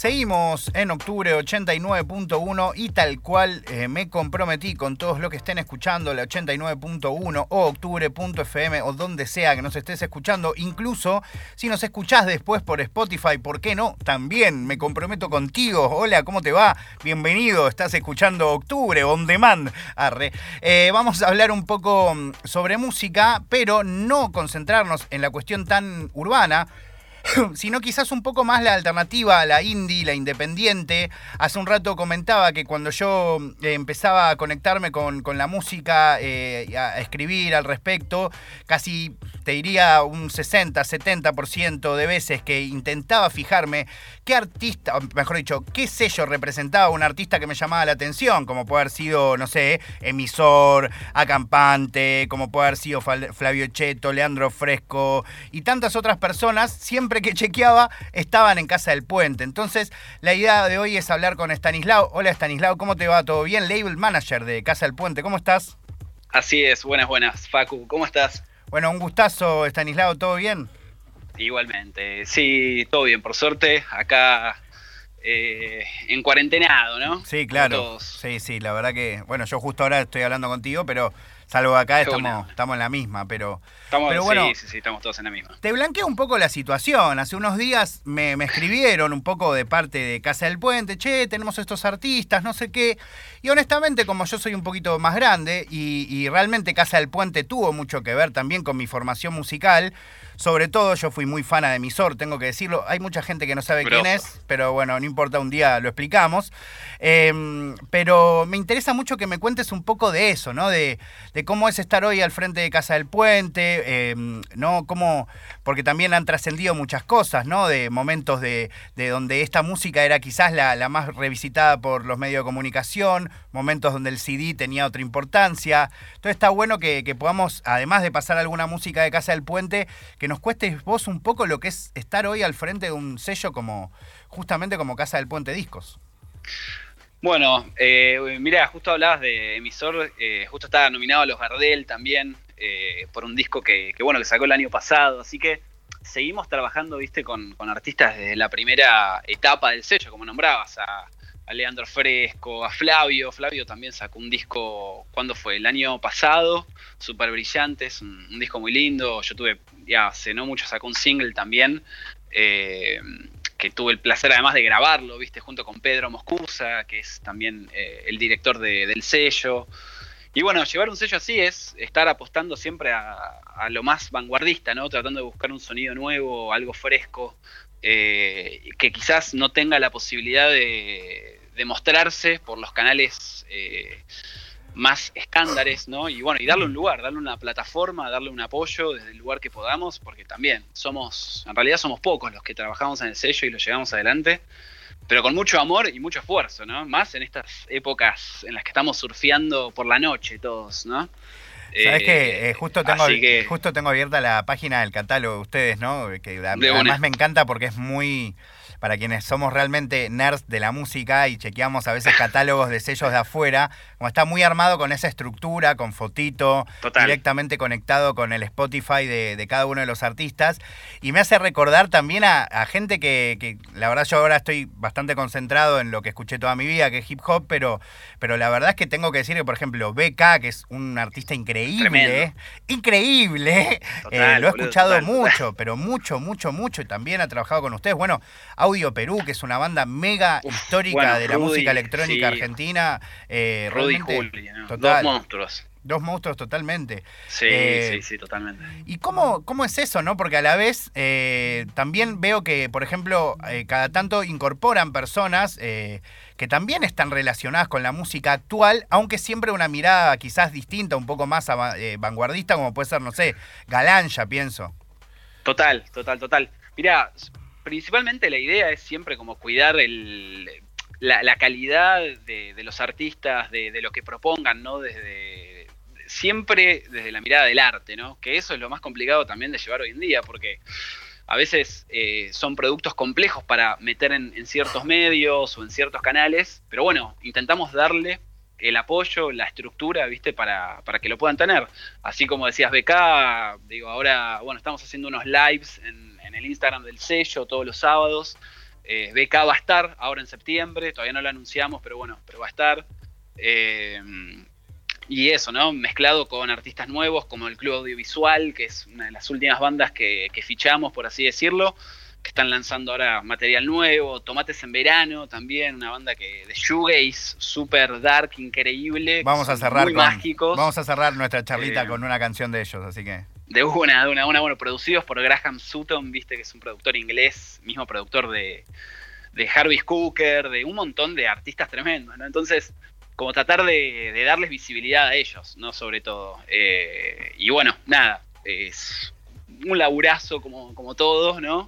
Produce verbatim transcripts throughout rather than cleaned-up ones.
Seguimos en octubre ochenta y nueve punto uno y tal cual eh, me comprometí con todos los que estén escuchando la ochenta y nueve punto uno o octubre punto f m o donde sea que nos estés escuchando, incluso si nos escuchás después por Spotify, ¿por qué no? También me comprometo contigo. Hola, ¿cómo te va? Bienvenido, estás escuchando Octubre On Demand. Arre. Eh, vamos a hablar un poco sobre música, pero no concentrarnos en la cuestión tan urbana, sino quizás un poco más la alternativa, la indie, la independiente. Hace un rato comentaba que cuando yo eh, empezaba a conectarme con, con la música, eh, a escribir al respecto, casi te diría un sesenta, setenta por ciento de veces que intentaba fijarme qué artista, mejor dicho, qué sello representaba un artista que me llamaba la atención, como puede haber sido, no sé, Emisor, Acampante, como puede haber sido Flavio Cheto, Leandro Fresco y tantas otras personas. Siempre que chequeaba estaban en Casa del Puente. Entonces la idea de hoy es hablar con Estanislao. Hola Estanislao, ¿cómo te va? ¿Todo bien? Label Manager de Casa del Puente, ¿cómo estás? Así es, buenas, buenas. Facu, ¿cómo estás? Bueno, un gustazo, Estanislao, ¿todo bien? Igualmente, sí, todo bien, por suerte, acá eh, en cuarentenado, ¿no? Sí, claro, sí, sí, la verdad que, bueno, yo justo ahora estoy hablando contigo, pero salvo acá estamos, estamos en la misma, pero... Estamos, pero bueno, sí, sí, sí, estamos todos en la misma. Te blanqueo un poco la situación. Hace unos días me, me escribieron un poco de parte de Casa del Puente, che, tenemos estos artistas, no sé qué. Y honestamente, como yo soy un poquito más grande y, y realmente Casa del Puente tuvo mucho que ver también con mi formación musical, sobre todo yo fui muy fana de Emisor, tengo que decirlo. Hay mucha gente que no sabe Grosso. quién es, pero bueno, no importa, un día lo explicamos. Eh, pero me interesa mucho que me cuentes un poco de eso, ¿no? De, de cómo es estar hoy al frente de Casa del Puente, eh, ¿no? Cómo, porque también han trascendido muchas cosas, ¿no? De momentos de, de donde esta música era quizás la, la más revisitada por los medios de comunicación, momentos donde el C D tenía otra importancia. Entonces está bueno que, que podamos, además de pasar alguna música de Casa del Puente, que nos cuestes vos un poco lo que es estar hoy al frente de un sello como, justamente como Casa del Puente Discos. Bueno, eh, mirá, justo hablabas de Emisor, eh, justo estaba nominado a los Gardel también, eh, por un disco que, que, bueno, que sacó el año pasado, así que seguimos trabajando, viste, con, con artistas desde la primera etapa del sello, como nombrabas, a, a Leandro Fresco, a Flavio. Flavio también sacó un disco, ¿cuándo fue? El año pasado, Súper Brillantes, un, un disco muy lindo. Yo tuve, ya hace no mucho, sacó un single también, eh, que tuve el placer además de grabarlo, viste, junto con Pedro Moscusa, que es también eh, el director de, del sello. Y bueno, llevar un sello así es estar apostando siempre a, a lo más vanguardista, ¿no? Tratando de buscar un sonido nuevo, algo fresco, eh, que quizás no tenga la posibilidad de, de mostrarse por los canales eh, más estándares, ¿no? Y bueno, y darle un lugar, darle una plataforma, darle un apoyo desde el lugar que podamos, porque también somos, en realidad somos pocos los que trabajamos en el sello y lo llevamos adelante, pero con mucho amor y mucho esfuerzo, ¿no? Más en estas épocas en las que estamos surfeando por la noche todos, ¿no? Sabes eh, que eh, justo tengo que, justo tengo abierta la página del catálogo de ustedes, ¿no? Que además me encanta porque es muy, para quienes somos realmente nerds de la música y chequeamos a veces catálogos de sellos de afuera, como está muy armado con esa estructura, con fotito, Total. directamente conectado con el Spotify de, de cada uno de los artistas, y me hace recordar también a, a gente que, que, la verdad yo ahora estoy bastante concentrado en lo que escuché toda mi vida, que es hip hop, pero, pero la verdad es que tengo que decir que, por ejemplo, B K, que es un artista increíble, Tremendo. increíble, Total, eh, lo he boludo, escuchado total, mucho, total. pero mucho, mucho, mucho, y también ha trabajado con ustedes. Bueno, Audio Perú, que es una banda mega Uf, histórica bueno, de la Rudy, música electrónica sí. argentina. Eh, Rudy y Juli, ¿no? total, dos monstruos. Dos monstruos totalmente. Sí, eh, sí, sí, totalmente. ¿Y cómo, cómo es eso, no? Porque a la vez eh, también veo que, por ejemplo, eh, cada tanto incorporan personas eh, que también están relacionadas con la música actual, aunque siempre una mirada quizás distinta, un poco más eh, vanguardista, como puede ser, no sé, Galán, ya pienso. Total, total, total. Mirá, principalmente la idea es siempre como cuidar el, la, la calidad de, de los artistas, de, de lo que propongan, ¿no? Desde siempre desde la mirada del arte, ¿no? Que eso es lo más complicado también de llevar hoy en día, porque a veces eh, son productos complejos para meter en, en ciertos medios o en ciertos canales, pero bueno, intentamos darle el apoyo, la estructura, ¿viste? Para, para que lo puedan tener. Así como decías B K, digo, ahora, bueno, estamos haciendo unos lives en, en el Instagram del sello todos los sábados, Eh, B K va a estar ahora en septiembre, todavía no lo anunciamos, pero bueno, pero va a estar. Eh, y eso, ¿no? Mezclado con artistas nuevos como el Club Audiovisual, que es una de las últimas bandas que, que fichamos, por así decirlo, que están lanzando ahora material nuevo. Tomates en Verano también, una banda que de shoegaze, super dark, increíble. Vamos a cerrar muy con, mágicos. Vamos a cerrar nuestra charlita Eh, con una canción de ellos, así que... De una, de una, una, bueno, producidos por Graham Sutton, viste que es un productor inglés, mismo productor de, de Jarvis Cocker, de un montón de artistas tremendos, ¿no? Entonces, como tratar de, de darles visibilidad a ellos, ¿no? Sobre todo. Eh, y bueno, nada, es un laburazo como, como todos, ¿no?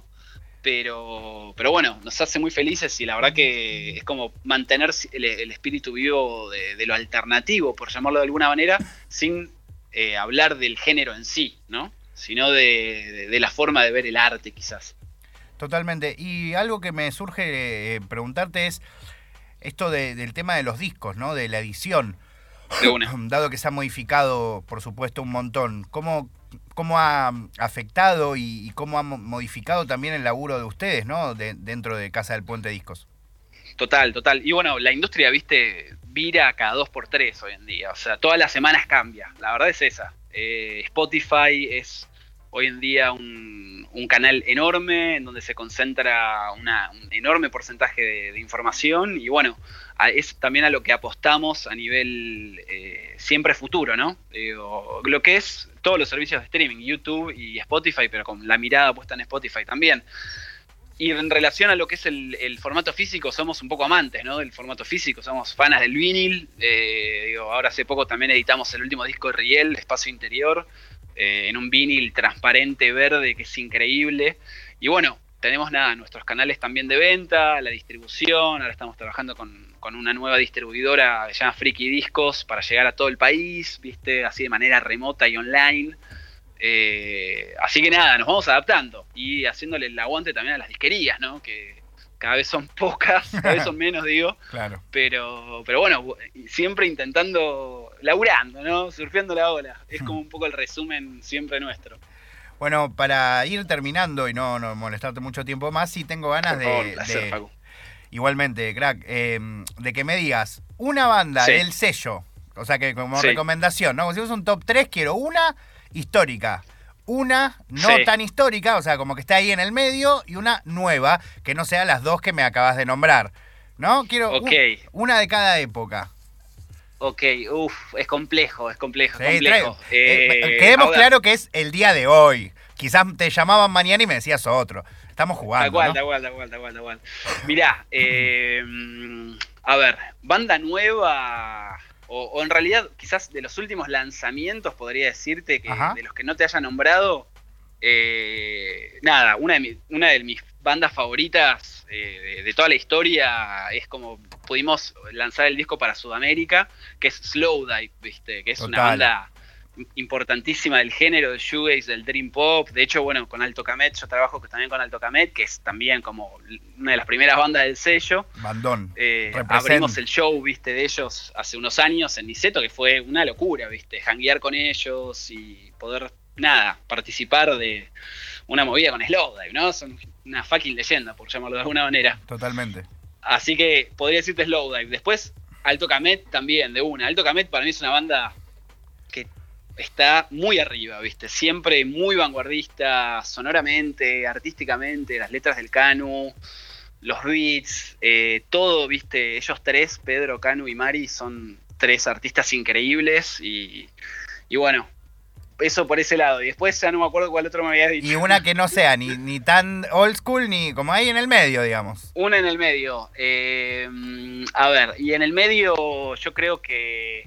Pero, pero bueno, nos hace muy felices y la verdad que es como mantener el, el espíritu vivo de, de lo alternativo, por llamarlo de alguna manera, sin... Eh, hablar del género en sí, ¿no? Sino de, de, de la forma de ver el arte, quizás. Totalmente. Y algo que me surge eh, preguntarte es esto de, del tema de los discos, ¿no? De la edición. De una. Dado que se ha modificado, por supuesto, un montón. ¿Cómo, cómo ha afectado y, y cómo ha modificado también el laburo de ustedes, ¿no? De, dentro de Casa del Puente Discos. Total, total. Y bueno, la industria, viste, vira cada dos por tres hoy en día. O sea, todas las semanas cambia. La verdad es esa. Eh, Spotify es hoy en día un, un canal enorme en donde se concentra una, un enorme porcentaje de, de información. Y bueno, a, es también a lo que apostamos a nivel eh, siempre futuro, ¿no? Eh, o, lo que es todos los servicios de streaming, YouTube y Spotify, pero con la mirada puesta en Spotify también. Y en relación a lo que es el, el formato físico, somos un poco amantes, ¿no? Del formato físico, somos fanas del vinil. Eh, digo, ahora hace poco también editamos el último disco de Riel, Espacio Interior, eh, en un vinil transparente verde que es increíble. Y bueno, tenemos nada, nuestros canales también de venta, la distribución. Ahora estamos trabajando con, con una nueva distribuidora que se llama Friki Discos para llegar a todo el país, ¿viste? Así de manera remota y online. Eh, así que nada, nos vamos adaptando y haciéndole el aguante también a las disquerías, ¿no? Que cada vez son pocas, cada vez son menos, digo. Claro. Pero, pero bueno, siempre intentando, laburando, ¿no? Surfeando la ola. Es como un poco el resumen siempre nuestro. Bueno, para ir terminando y no, no molestarte mucho tiempo más, sí tengo ganas de... Por favor, placer, de Facu. Igualmente, crack, eh, de que me digas una banda Sí. del sello, o sea que como Sí. recomendación, ¿no? Como si fuese un top tres, quiero una histórica, una no Sí. tan histórica, o sea, como que está ahí en el medio, y una nueva, que no sea las dos que me acabas de nombrar, ¿no? Quiero Ok. un- una de cada época. Ok, uff, es complejo, es complejo, Sí, es complejo. trae- eh, Eh, quedemos ahora, claro que es el día de hoy. Quizás te llamaban mañana y me decías otro. Estamos jugando, Tal cual, ¿no? tal cual, tal cual, tal cual, tal cual. Mirá, eh, a ver, banda nueva, o, o en realidad quizás de los últimos lanzamientos podría decirte que Ajá. de los que no te haya nombrado, eh, nada, una de, mi- una de mis bandas favoritas eh, de, de toda la historia es como pudimos lanzar el disco para Sudamérica, que es Slowdive, ¿viste? Que es una Total. banda importantísima del género del shoegaze, del dream pop. De hecho, bueno, con Alto Camet, yo trabajo también con Alto Camet, que es también como una de las primeras bandas del sello. Bandón. Eh, Represent. abrimos el show, viste, de ellos hace unos años en Niceto, que fue una locura, viste, janguear con ellos y poder, nada, participar de una movida con Slowdive, ¿no? Son una fucking leyenda, por llamarlo de alguna manera. Totalmente. Así que podría decirte Slowdive. Después, Alto Camet también, de una. Alto Camet para mí es una banda que está muy arriba, ¿viste? Siempre muy vanguardista, sonoramente, artísticamente, las letras del Canu, los beats, eh, todo, ¿viste? Ellos tres, Pedro, Canu y Mari, son tres artistas increíbles y, y bueno, eso por ese lado. Y después ya no me acuerdo cuál otro me habías dicho. Y una que no sea ni, ni tan old school ni como ahí en el medio, digamos. Una en el medio. Eh, a ver, y en el medio yo creo que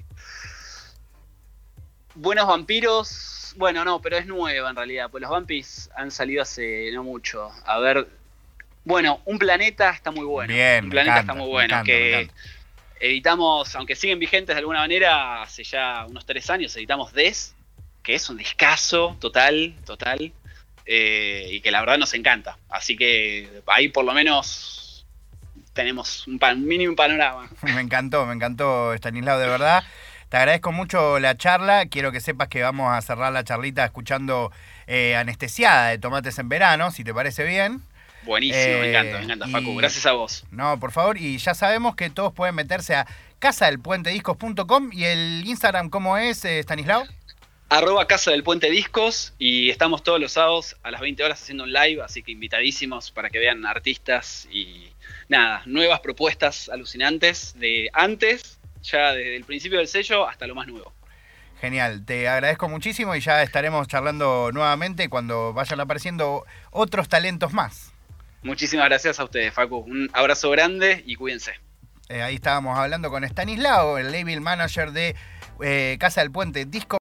Buenos Vampiros, bueno, no, pero es nueva en realidad, pues los Vampis han salido hace no mucho. A ver, bueno, Un Planeta está muy bueno. Bien, Un me Planeta encanta, está muy me bueno, encanta, me que encanta. editamos, aunque siguen vigentes de alguna manera, hace ya unos tres años editamos Des, que es un discazo total, total, eh, y que la verdad nos encanta. Así que ahí por lo menos tenemos un, pan, un mínimo panorama. Me encantó, me encantó, Estanislao, de verdad. Te agradezco mucho la charla. Quiero que sepas que vamos a cerrar la charlita escuchando eh, Anestesiada de Tomates en Verano, si te parece bien. Buenísimo, Eh, me encanta, me encanta, y- Facu. Gracias a vos. No, por favor, y ya sabemos que todos pueden meterse a casa del puente discos punto com y el Instagram, ¿cómo es, eh, Stanislao? Arroba Casa del Puente Discos y estamos todos los sábados a las veinte horas haciendo un live, así que invitadísimos para que vean artistas y nada, nuevas propuestas alucinantes de antes, ya desde el principio del sello hasta lo más nuevo. Genial, te agradezco muchísimo y ya estaremos charlando nuevamente cuando vayan apareciendo otros talentos más. Muchísimas gracias a ustedes, Facu. Un abrazo grande y cuídense. Eh, ahí estábamos hablando con Stanislao, el label manager de eh, Casa del Puente Disco.